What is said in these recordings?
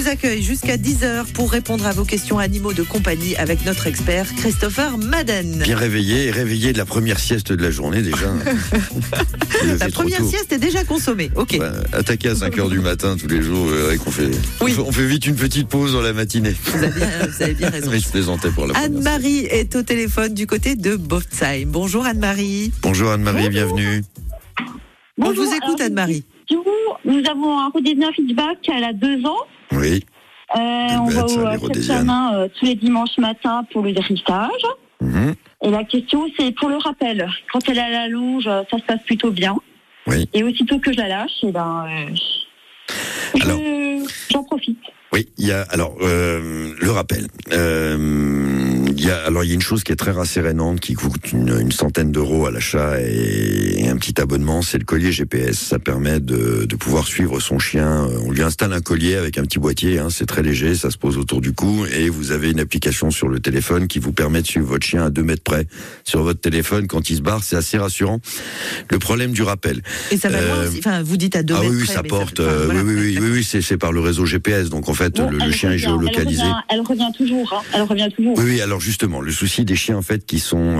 vous accueille jusqu'à 10h pour répondre à vos questions animaux de compagnie avec notre expert Christopher Madden. Bien réveillé et réveillé de la première sieste de la journée déjà. La première sieste est déjà consommée. Ok. Attaquer à 5h du matin tous les jours, qu'on fait. Oui. On fait vite une petite pause dans la matinée. Vous avez bien raison. Mais je plaisantais pour la Anne-Marie est au téléphone du côté de Boftsheim. Bonjour Anne-Marie. Bonjour Anne-Marie, bienvenue. Bonjour, on vous écoute Anne-Marie. Nous avons un Rhodésien feedback, elle a 2 ans. Oui. On va au examen tous les dimanches matins pour le dressage. Et la question, c'est pour le rappel. Quand elle est à la longe, ça se passe plutôt bien. Oui. Et aussitôt que je la lâche, j'en profite. Oui, il y a le rappel. Il y a une chose qui est très rassérénante, qui coûte une centaine d'euros à l'achat et un petit abonnement, c'est le collier GPS. Ça permet de pouvoir suivre son chien. On lui installe un collier avec un petit boîtier, c'est très léger, ça se pose autour du cou et vous avez une application sur le téléphone qui vous permet de suivre votre chien à 2 mètres près sur votre téléphone quand il se barre. C'est assez rassurant. Le problème du rappel. Et ça va loin aussi. Enfin, vous dites à 2 mètres près. Oui, ça porte. Oui, c'est par le réseau GPS. Donc en fait, le chien est géolocalisé. Elle revient toujours. Elle revient toujours. Oui, alors justement, le souci des chiens en fait qui sont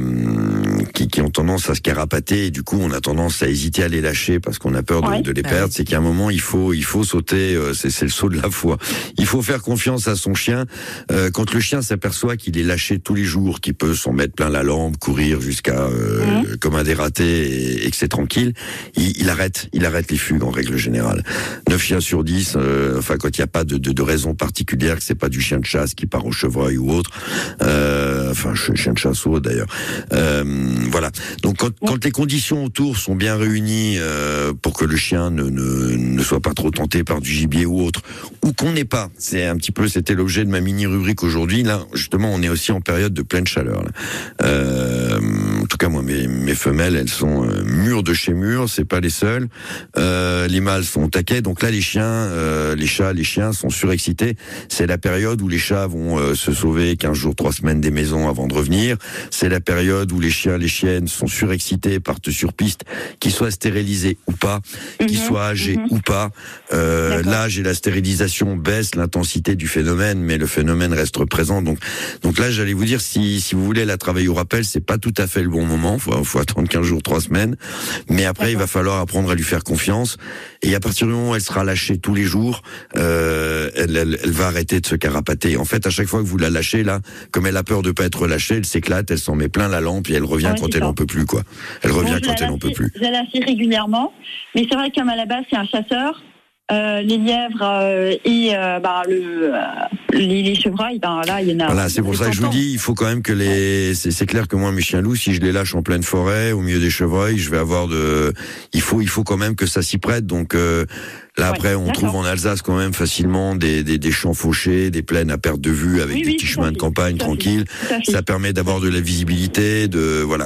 qui ont tendance à se carapater et du coup on a tendance à hésiter à les lâcher parce qu'on a peur de les perdre, c'est qu'à un moment il faut sauter, c'est le saut de la foi. Il faut faire confiance à son chien. Quand le chien s'aperçoit qu'il est lâché tous les jours, qu'il peut s'en mettre plein la lampe, courir jusqu'à comme un dératé et que c'est tranquille, il arrête les fugues en règle générale. 9 chiens sur 10, quand il n'y a pas de raison particulière, que c'est pas du chien de chasse qui part au chevreuil ou autre, chien de chasse ou autre d'ailleurs. Voilà. Donc quand les conditions autour sont bien réunies pour que le chien ne soit pas trop tenté par du gibier ou autre, ou qu'on n'ait pas, c'était l'objet de ma mini rubrique aujourd'hui. Là, justement, on est aussi en période de pleine chaleur. Là. En tout cas, moi, mes femelles, elles sont mûres de chez mûres. C'est pas les seules. Les mâles sont au taquet. Donc là, les chiens, les chats, les chiens sont surexcités. C'est la période où les chats vont se sauver 15 jours, 3 semaines des maisons avant de revenir. C'est la période où les chiens, les chiennes sont surexcités, partent sur piste, qu'ils soient stérilisés ou pas, qu'ils soient âgés ou pas. L'âge et la stérilisation baissent l'intensité du phénomène, mais le phénomène reste présent. Donc là, j'allais vous dire, si vous voulez la travailler au rappel, c'est pas tout à fait le bon moment. Faut attendre 15 jours, 3 semaines. Mais après, il va falloir apprendre à lui faire confiance. Et à partir du moment où elle sera lâchée tous les jours, elle va arrêter de se carapater. En fait, à chaque fois que vous la lâchez, là, comme elle a peur de pas être lâchée, elle s'éclate, elle s'en met plein la lampe et elle revient quand elle en peut plus, quoi. Elle revient quand elle en peut plus. Je la lâche régulièrement. Mais c'est vrai que comme à la base, c'est un chasseur. Les lièvres et les chevreuils, là, il y en a. Voilà, c'est pour ça que je vous dis, il faut quand même que c'est clair que moi, mes chiens loups, si je les lâche en pleine forêt, au milieu des chevreuils, je vais avoir il faut quand même que ça s'y prête. Donc là, après, on trouve en Alsace quand même facilement des champs fauchés, des plaines à perte de vue avec des petits chemins de campagne tranquilles. Ça permet d'avoir de la visibilité, voilà.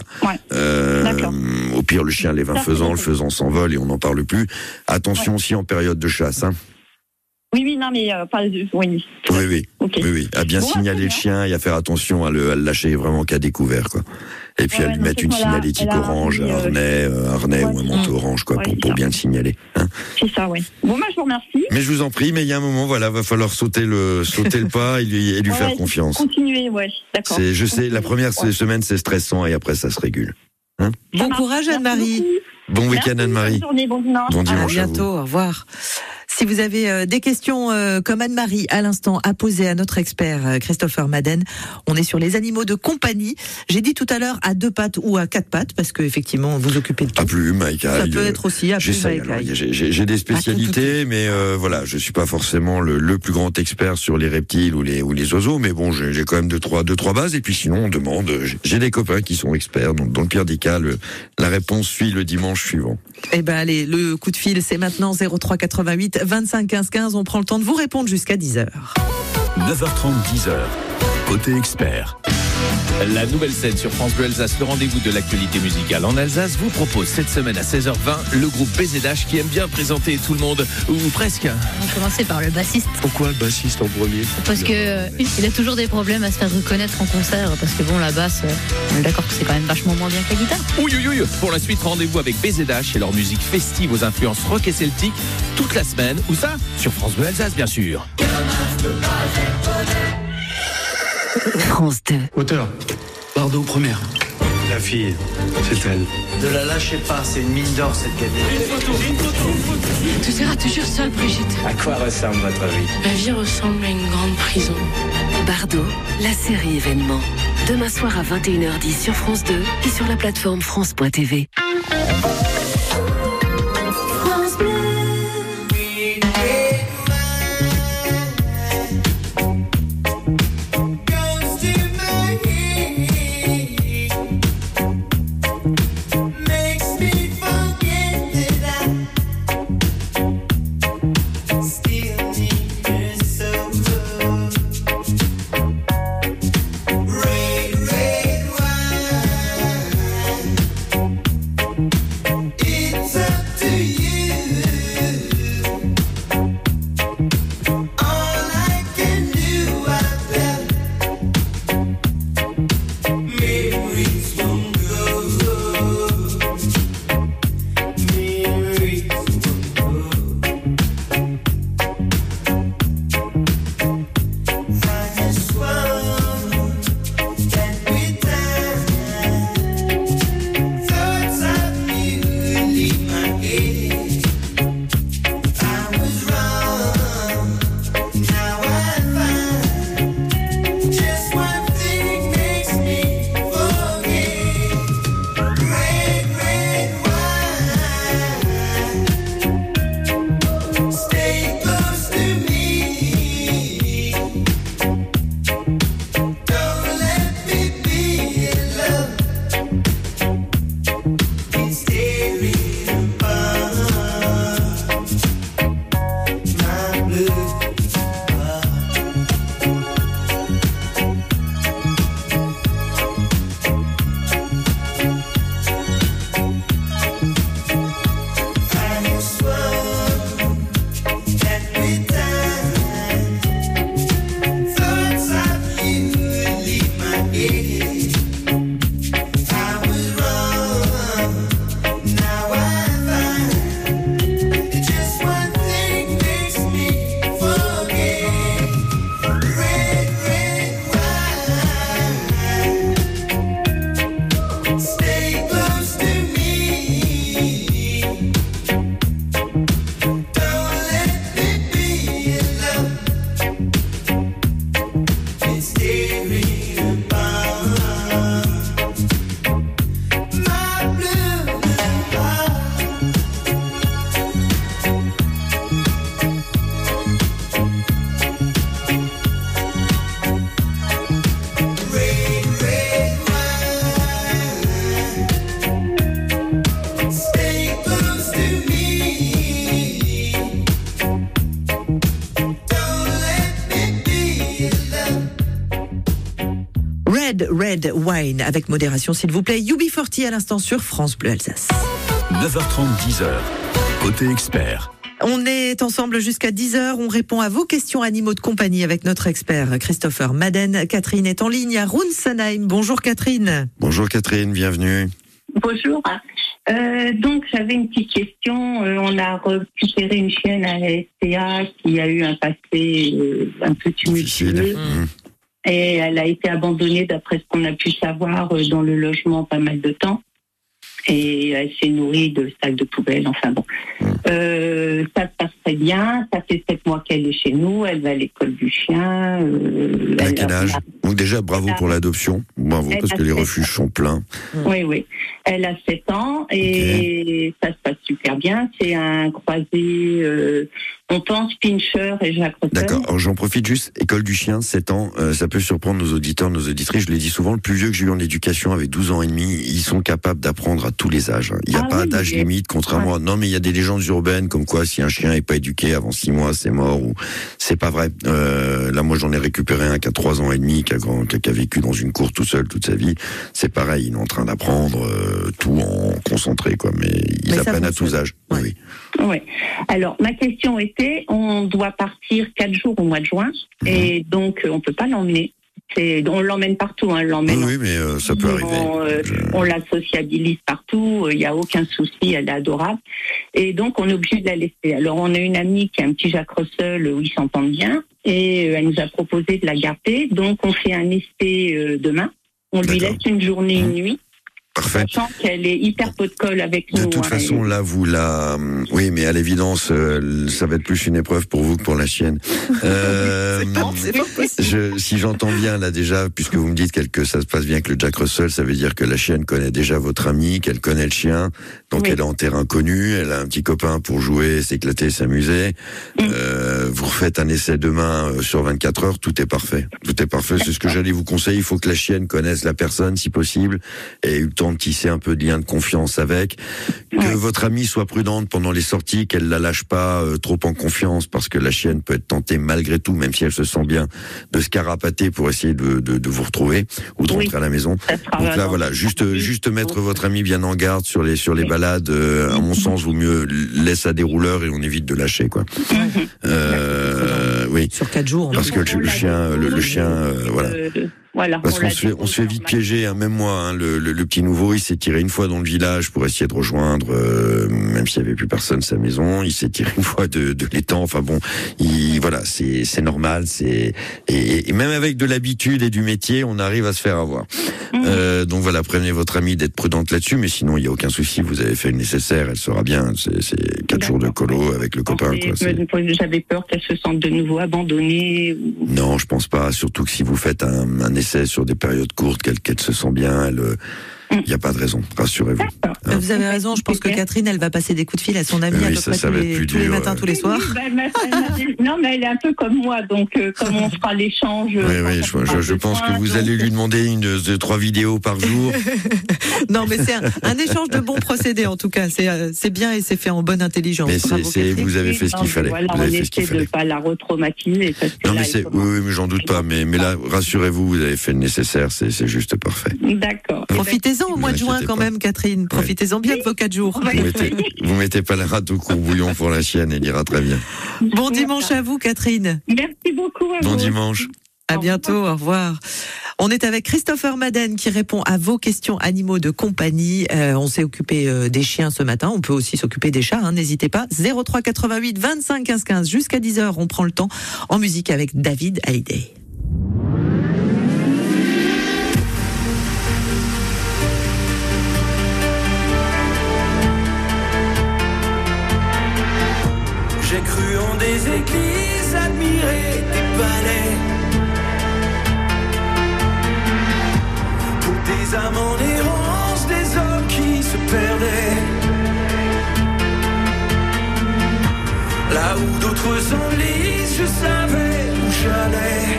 Au pire, le chien les 20 faisans, le faisan s'envole et on n'en parle plus. Attention aussi en période de chasse, Oui, non, mais oui. Okay. Oui. À bien signaler le chien et à faire attention à le lâcher vraiment qu'à découvert, quoi. Et puis à lui mettre une signalétique orange, un harnais ou un manteau orange, quoi, pour bien le signaler. C'est ça, oui. Bon, je vous remercie. Mais je vous en prie, mais il y a un moment, va falloir sauter le pas et lui faire confiance. Continuer, d'accord. Je sais, la première semaine, c'est stressant et après, ça se régule. Bon courage, Anne-Marie. Bon week-end, Anne-Marie. Bonne journée, bon dimanche. Bon dimanche. À bientôt, au revoir. Si vous avez des questions comme Anne-Marie à l'instant à poser à notre expert Christopher Madden, on est sur les animaux de compagnie. J'ai dit tout à l'heure à 2 pattes ou à 4 pattes parce que effectivement vous occupez de tout. À plume, à écaille. Ça peut être aussi à plume, à écaille. J'ai des spécialités, mais voilà, je suis pas forcément le plus grand expert sur les reptiles ou les oiseaux, mais bon, j'ai quand même deux trois bases. Et puis sinon, on demande. J'ai des copains qui sont experts. Donc dans le pire des cas, la réponse suit le dimanche suivant. Eh ben allez, le coup de fil, c'est maintenant 03 88 25 15 15. On prend le temps de vous répondre jusqu'à 10h. 9h30, 10h. Côté expert. La nouvelle scène sur France Bleu Alsace, le rendez-vous de l'actualité musicale en Alsace, vous propose cette semaine à 16h20 le groupe BZH qui aime bien présenter tout le monde, ou presque. On va commencer par le bassiste. Pourquoi le bassiste en premier ? Parce que il a toujours des problèmes à se faire reconnaître en concert, parce que bon, la basse, on est d'accord que c'est quand même vachement moins bien que la guitare. Oui. Pour la suite, rendez-vous avec BZH et leur musique festive aux influences rock et celtique toute la semaine, ou ça, sur France Bleu Alsace bien sûr. France 2. Auteur, Bardot première. La fille, c'est elle. Ne la lâchez pas, c'est une mine d'or cette gamine. Une photo. Tu seras toujours seule, Brigitte. À quoi ressemble votre vie? Ma vie ressemble à une grande prison. Bardot, la série événement. Demain soir à 21h10 sur France 2 et sur la plateforme France.tv. Red Wine, avec modération s'il vous plaît. UB40 à l'instant sur France Bleu Alsace. 9h30, 10h, côté expert. On est ensemble jusqu'à 10h, on répond à vos questions animaux de compagnie avec notre expert Christopher Madden. Catherine est en ligne à Runsenheim. Bonjour Catherine. Bonjour Catherine, bienvenue. Bonjour. Donc j'avais une petite question. On a récupéré une chienne à la SPA qui a eu un passé un peu tumultueux. Et elle a été abandonnée, d'après ce qu'on a pu savoir, dans le logement pas mal de temps. Et elle s'est nourrie de sacs de poubelle, enfin bon. Ça se passe très bien, ça fait 7 mois qu'elle est chez nous, elle va à l'école du chien. À quel âge? Donc déjà, bravo pour l'adoption, bravo, parce que les refuges sont pleins. Oui, elle a 7 ans et ça se passe super bien. C'est un croisé, on pense Pinscher et Jacques Russell. D'accord, alors j'en profite juste, école du chien, 7 ans, ça peut surprendre nos auditeurs, nos auditrices, je l'ai dit souvent, le plus vieux que j'ai eu en éducation avec 12 ans et demi, ils sont capables d'apprendre à tous les âges. Il n'y a pas d'âge limite, contrairement à... Non, mais il y a des légendes urbaines, comme quoi si un chien n'est pas éduqué avant 6 mois, c'est mort, ou c'est pas vrai. Là, moi, j'en ai récupéré un qui a 3 ans et demi, qui a vécu dans une cour tout seul toute sa vie. C'est pareil, il est en train d'apprendre tout en concentré, quoi. Mais ils apprennent à tous âges. Oui. Alors, ma question était, on doit partir 4 jours au mois de juin, et donc on peut pas l'emmener. On l'emmène partout, hein, oui, mais ça peut arriver. On la sociabilise partout, il n'y a aucun souci, elle est adorable. Et donc, on est obligé de la laisser. Alors, on a une amie qui a un petit Jack Russell où ils s'entendent bien, et elle nous a proposé de la garder. Donc, on fait un essai demain. On lui laisse une journée, une nuit. Parfait. Sachant qu'elle est hyper pot de colle avec nous. De toute façon, là, oui, mais à l'évidence, ça va être plus une épreuve pour vous que pour la chienne. C'est pas possible. Si j'entends bien, là, déjà, puisque vous me dites que ça se passe bien avec le Jack Russell, ça veut dire que la chienne connaît déjà votre ami, qu'elle connaît le chien, donc elle est en terrain connu, elle a un petit copain pour jouer, s'éclater, s'amuser. Vous refaites un essai demain sur 24 heures, tout est parfait. Tout est parfait, c'est ce que j'allais vous conseiller. Il faut que la chienne connaisse la personne, si possible, et eu le temps de tisser un peu de lien de confiance avec, que votre amie soit prudente pendant les sorties, qu'elle la lâche pas trop en confiance, parce que la chienne peut être tentée malgré tout, même si elle se sent bien, de se carapater pour essayer de vous retrouver ou de rentrer à la maison. Donc là, voilà, juste mettre votre amie bien en garde sur les balades. À mon sens, vaut mieux laisse à des rouleurs et on évite de lâcher, quoi. Oui. Sur 4 jours. Parce que le chien, voilà. Voilà, parce qu'on se fait vite piéger, hein. Même moi, hein, le petit nouveau, il s'est tiré une fois dans le village pour essayer de rejoindre, même s'il y avait plus personne, sa maison. Il s'est tiré une fois de l'étang. Enfin bon, voilà, c'est normal. Et même avec de l'habitude et du métier, on arrive à se faire avoir. Donc voilà, prévenez votre amie d'être prudente là-dessus, mais sinon il y a aucun souci. Vous avez fait le nécessaire, elle sera bien. C'est 4 jours de colo avec le copain. J'avais peur qu'elle se sente de nouveau abandonnée. Non, je pense pas. Surtout que si vous faites un essai sur des périodes courtes, qu'elle se sent bien, il n'y a pas de raison, rassurez-vous. Hein. Vous avez raison, je pense que Catherine, elle va passer des coups de fil à son amie à peu près tous les matins, tous les soirs. Non, mais elle est un peu comme moi, donc comme on fera l'échange... Oui, je pense que vous allez lui demander 3 vidéos par jour. Non, mais c'est un échange de bons procédés, en tout cas. C'est bien et c'est fait en bonne intelligence. Mais vous avez fait ce qu'il fallait. Voilà, on essaie de ne pas la retraumatiser. Non, mais j'en doute pas. Mais là, rassurez-vous, vous avez fait le nécessaire, c'est juste parfait. D'accord. Profitez-en au mois de juin quand même, Catherine. Profitez-en bien de vos 4 jours. Vous mettez pas la rate au courbouillon pour la chienne, elle ira très bien. Bon dimanche à vous, Catherine. Merci beaucoup. Bon dimanche. À bientôt, au revoir. On est avec Christopher Madden qui répond à vos questions animaux de compagnie. On s'est occupé des chiens ce matin. On peut aussi s'occuper des chats, hein, n'hésitez pas. 03 88 25 15 15 jusqu'à 10h. On prend le temps en musique avec David Hallyday. J'ai cru en des églises, admiré des palais, pour des âmes en errance, des hommes qui se perdaient. Là où d'autres s'enlisent, je savais où j'allais,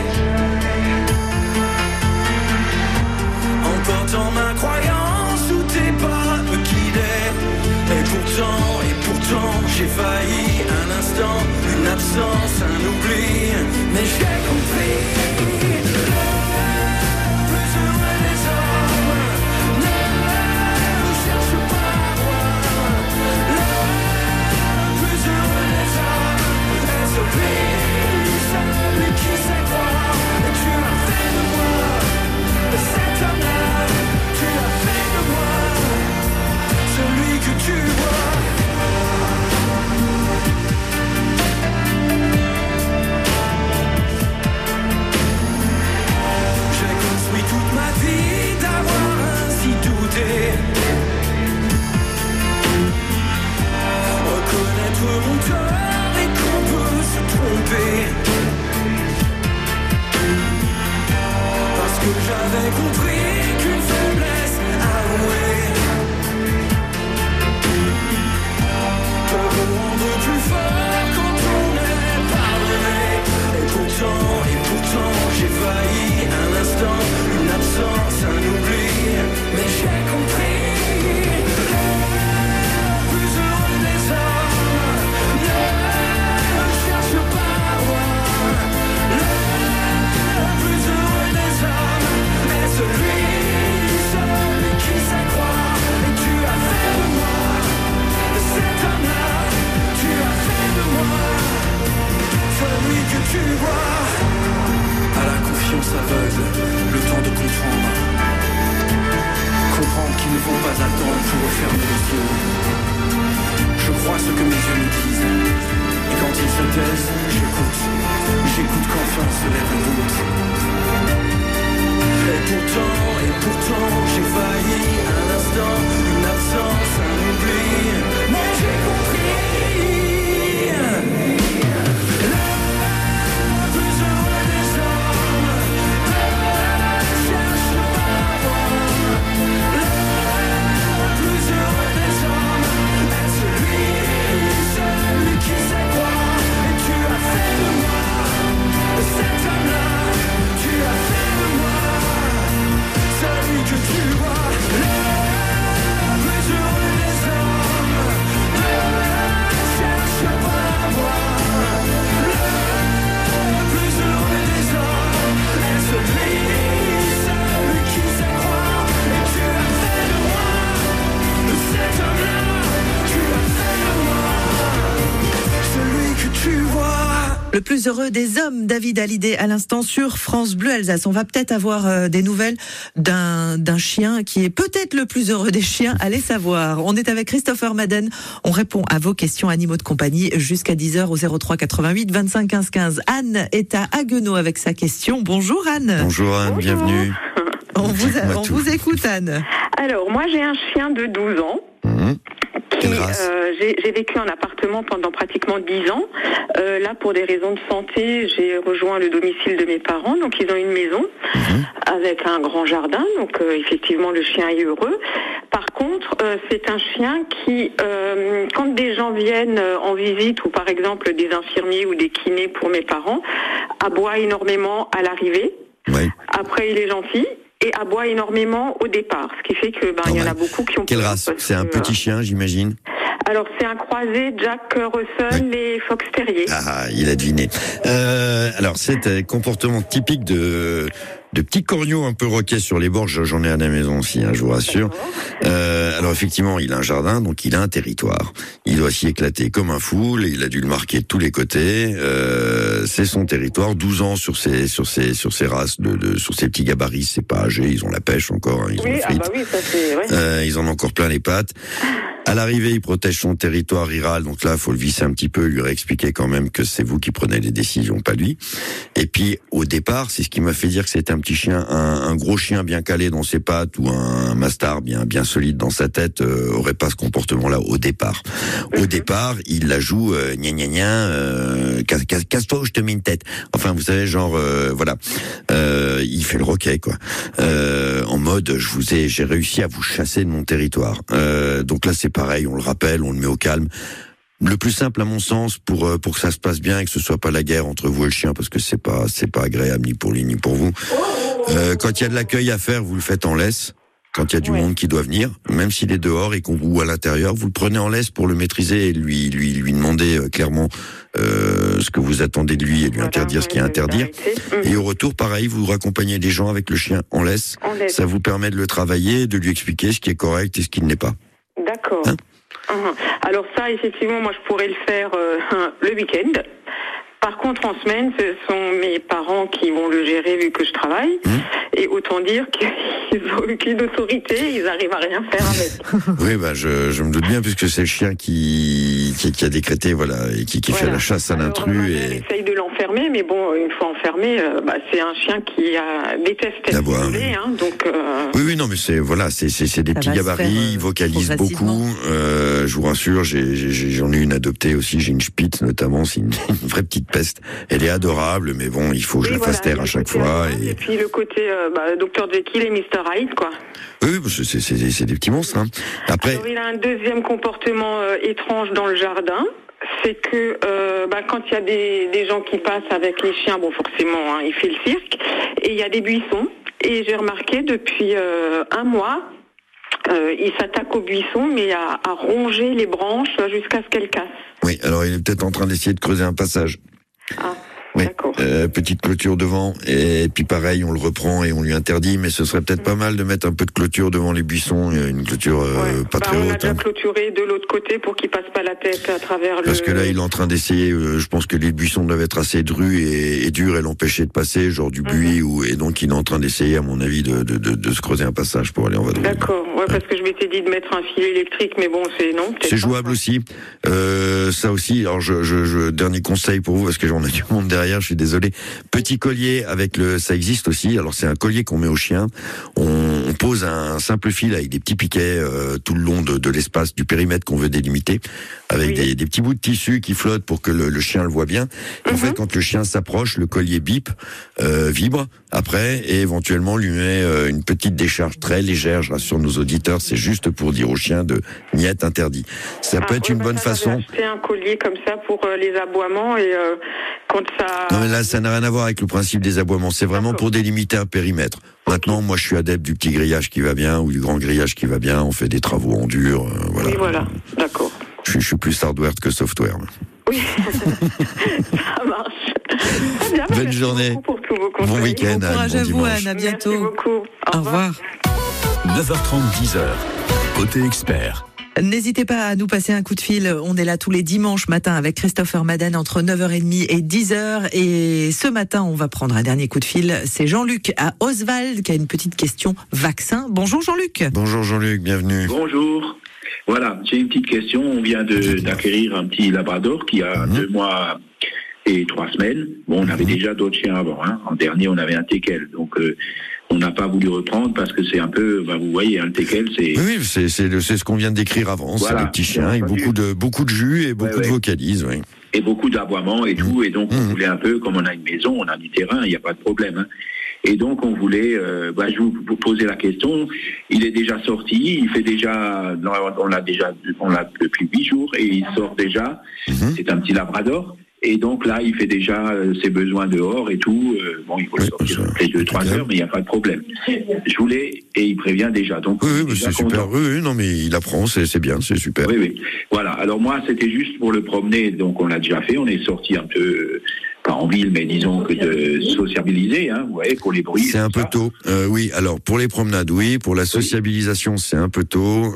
en portant ma croyance où tes pas me guidaient. Et pourtant, j'ai failli un instant, une absence, un oubli, mais j'ai compris. Le plus heureux des hommes ne cherche pas à voir. Le plus heureux des hommes est celui qui sait croire. Et tu as fait de moi cet homme-là, tu as fait de moi celui que tu vois. Toute ma vie d'avoir ainsi douté, reconnaître mon tort et qu'on peut se tromper, parce que j'avais compris qu'une faiblesse avouée peut vous rendre plus fort quand on est pardonné. Et pourtant j'ai failli un instant, une absence, un oubli, mais j'ai compris. Le plus heureux des hommes ne cherche pas à voir. Le plus heureux des hommes est celui qui sait croire. Et tu as fait de moi cet homme-là, tu as fait de moi celui que tu vois. À la confiance conscience aveugle, le temps de comprendre. Comprendre qu'ils ne vont pas attendre pour refermer les yeux. Je crois ce que mes yeux me disent. Et quand ils se taisent, j'écoute. J'écoute qu'enfin se lève le doute. Et pourtant, j'ai failli un instant, une absence, un oubli. Mais j'ai compris. Le plus heureux des hommes, David Hallyday, à l'instant sur France Bleu Alsace. On va peut-être avoir des nouvelles d'un chien qui est peut-être le plus heureux des chiens, allez savoir. On est avec Christopher Madden, on répond à vos questions animaux de compagnie jusqu'à 10h au 03 88 25 15 15. Anne est à Haguenau avec sa question. Bonjour Anne. Bonjour Anne, bienvenue. On vous écoute Anne. Alors moi j'ai un chien de 12 ans. Quelle race ? J'ai vécu en appartement pendant pratiquement 10 ans. Là, pour des raisons de santé, j'ai rejoint le domicile de mes parents. Donc, ils ont une maison avec un grand jardin. Donc, effectivement, le chien est heureux. Par contre, c'est un chien qui, quand des gens viennent en visite ou par exemple des infirmiers ou des kinés pour mes parents, aboie énormément à l'arrivée. Oui. Après, il est gentil. Et aboie énormément au départ, ce qui fait que il y en a beaucoup qui ont... Quelle race ? C'est un petit chien, j'imagine ? Alors, c'est un croisé Jack Russell et Fox Terrier. Ah, il a deviné. Alors, c'est un comportement typique de petits corneaux un peu roquets sur les bords. J'en ai à la maison aussi, je vous rassure. Alors, effectivement, il a un jardin, donc il a un territoire. Il doit s'y éclater comme un fou. Il a dû le marquer de tous les côtés. C'est son territoire. 12 ans sur ces races, sur ces petits gabarits. C'est pas âgé. Ils ont la pêche encore. Ils ont le frites. Ça c'est vrai. Ils en ont encore plein les pattes. À l'arrivée, il protège son territoire, il râle, donc là, faut le visser un petit peu, lui réexpliquer quand même que c'est vous qui prenez les décisions, pas lui. Et puis, au départ, c'est ce qui m'a fait dire que c'était un petit chien, un gros chien bien calé dans ses pattes ou un mastard bien solide dans sa tête, aurait pas ce comportement-là au départ. Au départ, il la joue, casse-toi ou je te mets une tête. Enfin, vous savez, genre, voilà. Il fait le roquet, quoi. En mode, j'ai réussi à vous chasser de mon territoire. Donc là, c'est pareil, on le rappelle, on le met au calme. Le plus simple, à mon sens, pour que ça se passe bien et que ce soit pas la guerre entre vous et le chien, parce que c'est pas agréable ni pour lui ni pour vous. Quand il y a de l'accueil à faire, vous le faites en laisse. Quand il y a du monde qui doit venir, même s'il est dehors et ou à l'intérieur, vous le prenez en laisse pour le maîtriser et lui demander clairement ce que vous attendez de lui et lui interdire ce qu'il y a à interdire. Et au retour, pareil, vous raccompagnez les gens avec le chien en laisse. Ça vous permet de le travailler, de lui expliquer ce qui est correct et ce qui ne l'est pas. D'accord. Alors ça, effectivement, moi je pourrais le faire le week-end. Par contre, en semaine, ce sont mes parents qui vont le gérer vu que je travaille. Et autant dire qu'ils n'ont aucune autorité, ils arrivent à rien faire avec. Oui, je me doute bien, puisque c'est le chien qui a décrété, voilà, et qui fait la chasse à l'intrus. On essaye de l'enfermer, mais bon, une fois enfermé, c'est un chien qui déteste être isolé, donc. Oui, non, mais c'est des petits gabarits, ils vocalisent beaucoup. Je vous rassure, j'en ai une adoptée aussi, j'ai une Spitz notamment, c'est une vraie petite peste. Elle est adorable, mais bon, il faut que je la fasse taire à chaque fois. Et puis le côté Dr Jekyll et Mr Hyde, quoi. Oui, c'est des petits monstres. Après, alors, il a un deuxième comportement étrange dans le jardin. C'est que quand il y a des gens qui passent avec les chiens, bon forcément, il fait le cirque. Et il y a des buissons. Et j'ai remarqué depuis un mois, il s'attaque aux buissons, mais à ronger les branches jusqu'à ce qu'elles cassent. Oui, alors il est peut-être en train d'essayer de creuser un passage. Ah. Oui. D'accord. petite clôture devant, et puis pareil, on le reprend et on lui interdit, mais ce serait peut-être pas mal de mettre un peu de clôture devant les buissons, une clôture pas très haute. On a déjà clôturé de l'autre côté pour qu'il passe pas la tête à travers Parce que là, il est en train d'essayer, je pense que les buissons doivent être assez drus et durs et l'empêcher de passer, genre du buis, et donc il est en train d'essayer, à mon avis, de se creuser un passage pour aller en vadrouille. D'accord, parce que je m'étais dit de mettre un filet électrique, mais bon, c'est jouable aussi. Ça aussi, alors dernier conseil pour vous, parce que j'en ai du monde derrière, je suis désolé. Petit collier ça existe aussi. Alors c'est un collier qu'on met au chien. On pose un simple fil avec des petits piquets tout le long de l'espace, du périmètre qu'on veut délimiter, avec des petits bouts de tissu qui flottent pour que le chien le voit bien. Et en fait, quand le chien s'approche, le collier bip, vibre après, et éventuellement lui met une petite décharge très légère. Je rassure nos auditeurs, c'est juste pour dire au chien de n'y être interdit. Ça peut être une bonne façon. J'ai acheté un collier comme ça pour les aboiements et quand ça... Non mais là, ça n'a rien à voir avec le principe des aboiements. C'est vraiment pour délimiter un périmètre. Maintenant, moi, je suis adepte du petit grillage qui va bien ou du grand grillage qui va bien. On fait des travaux en dur, voilà. Oui, voilà, d'accord. Je suis plus hardware que software. Oui, ça marche. Très bien, bonne journée. Pour tous vos conseils. Bon week-end. Bon courage à vous, Anne. À bientôt. Merci beaucoup. Au revoir. 9h30, 10h. Côté expert. N'hésitez pas à nous passer un coup de fil. On est là tous les dimanches matin avec Christopher Madden entre 9h30 et 10h. Et ce matin, on va prendre un dernier coup de fil. C'est Jean-Luc à Oswald qui a une petite question vaccin. Bonjour Jean-Luc. Bonjour Jean-Luc, bienvenue. Bonjour. Voilà, j'ai une petite question. On vient d'acquérir un petit labrador qui a 2 mois et 3 semaines. Bon, on avait déjà d'autres chiens avant. En dernier, on avait un teckel. Donc, on n'a pas voulu reprendre parce que c'est un peu, vous voyez, le teckel, c'est... Oui, c'est ce qu'on vient de décrire avant. Voilà. C'est des petits chiens, et beaucoup de jus et beaucoup de vocalises, oui. Et beaucoup d'aboiements et tout. Et donc, on voulait un peu, comme on a une maison, on a du terrain, il n'y a pas de problème. Et donc, on voulait, je vous posais la question. Il est déjà sorti, il fait déjà, on l'a depuis 8 jours et il sort déjà. C'est un petit labrador. Et donc là, il fait déjà ses besoins dehors et tout. Il faut le sortir après 2-3 heures, mais il n'y a pas de problème. Je voulais, et il prévient déjà. Donc, c'est super. Oui, non, mais il apprend, c'est bien, c'est super. Oui. Voilà. Alors moi, c'était juste pour le promener. Donc on l'a déjà fait. On est sorti un peu, pas en ville, mais disons que de sociabiliser, vous voyez, pour les bruits. C'est un peu tôt. Oui. Alors pour les promenades, oui. Pour la sociabilisation, c'est un peu tôt.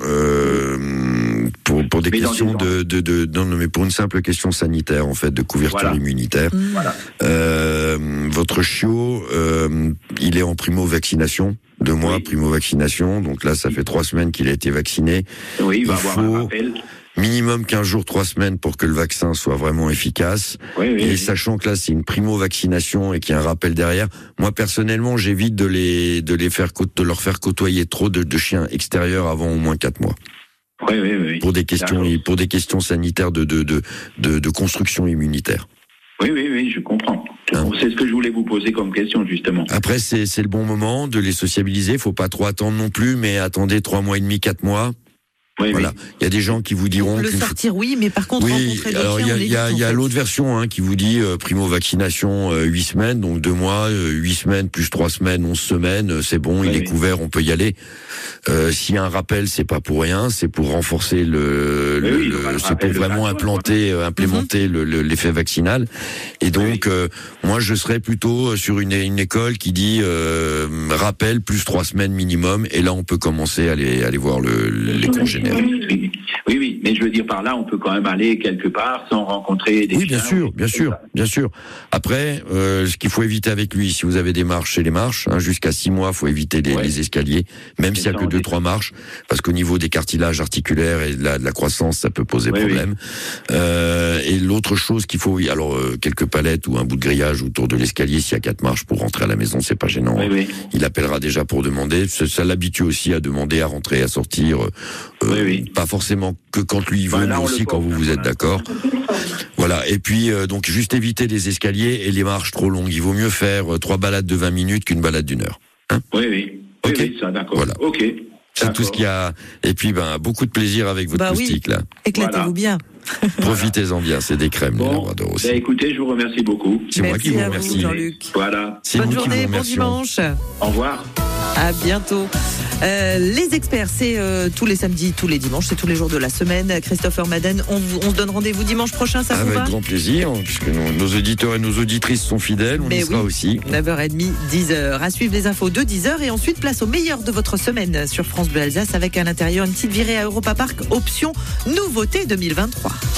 Pour des questions non, mais pour une simple question sanitaire, en fait, de couverture immunitaire. Voilà. Votre chiot, il est en primo-vaccination. 2 mois, primo-vaccination. Donc là, ça fait 3 semaines qu'il a été vacciné. Oui, il va avoir un rappel. Minimum 15 jours, 3 semaines pour que le vaccin soit vraiment efficace. Et sachant que là, c'est une primo-vaccination et qu'il y a un rappel derrière, moi, personnellement, j'évite de leur faire côtoyer trop de chiens extérieurs avant au moins 4 mois. Oui. Pour des questions sanitaires de construction immunitaire. Oui, je comprends. C'est ce que je voulais vous poser comme question, justement. Après, c'est le bon moment de les sociabiliser. Faut pas trop attendre non plus, mais attendez 3 mois et demi, 4 mois. Voilà. Il y a des gens qui vous diront le sortir, mais par contre rencontrer d'autres chiens, il y a l'autre version qui vous dit primo vaccination 8 semaines, donc 2 mois, 8 semaines plus 3 semaines, 11 semaines, c'est bon, il est couvert, on peut y aller. S'il y a un rappel, c'est pas pour rien, c'est pour renforcer c'est pour vraiment implémenter l'effet vaccinal. Et donc moi je serais plutôt sur une école qui dit rappel plus 3 semaines minimum, et là on peut commencer à aller voir les congénères. Oui, mais je veux dire par là, on peut quand même aller quelque part sans rencontrer des chiens. Bien sûr. Après, ce qu'il faut éviter avec lui, si vous avez des marches, c'est les marches. Jusqu'à 6 mois, faut éviter les escaliers, même s'il y a que 2-3 marches, parce qu'au niveau des cartilages articulaires et de la croissance, ça peut poser problème. Et l'autre chose qu'il faut, quelques palettes ou un bout de grillage autour de l'escalier, s'il y a 4 marches pour rentrer à la maison, c'est pas gênant. Il appellera déjà pour demander. Ça l'habitue aussi à demander, à rentrer, à sortir. Pas forcément que quand lui veut, mais aussi quand vous êtes d'accord. Voilà. Et puis, donc, juste éviter les escaliers et les marches trop longues. Il vaut mieux faire 3 balades de 20 minutes qu'une balade d'1 heure. Oui, ça, d'accord. Voilà. Ok. C'est tout ce qu'il y a. Et puis, beaucoup de plaisir avec votre moustique, là. Éclatez-vous bien. Profitez-en bien, c'est des crèmes, les labradors aussi. Écoutez, je vous remercie beaucoup. C'est moi qui vous remercie. Jean-Luc. Voilà. Bonne journée, bon dimanche. Au revoir. À bientôt. Les experts, c'est tous les samedis, tous les dimanches, c'est tous les jours de la semaine. Christopher Madden, on se donne rendez-vous dimanche prochain, ça vous va ? Avec grand plaisir, puisque nos auditeurs et nos auditrices sont fidèles, on y sera aussi. 9h30, 10h. À suivre les infos de 10h et ensuite place au meilleur de votre semaine sur France Bleu Alsace avec à l'intérieur une petite virée à Europa Park, option nouveauté 2023.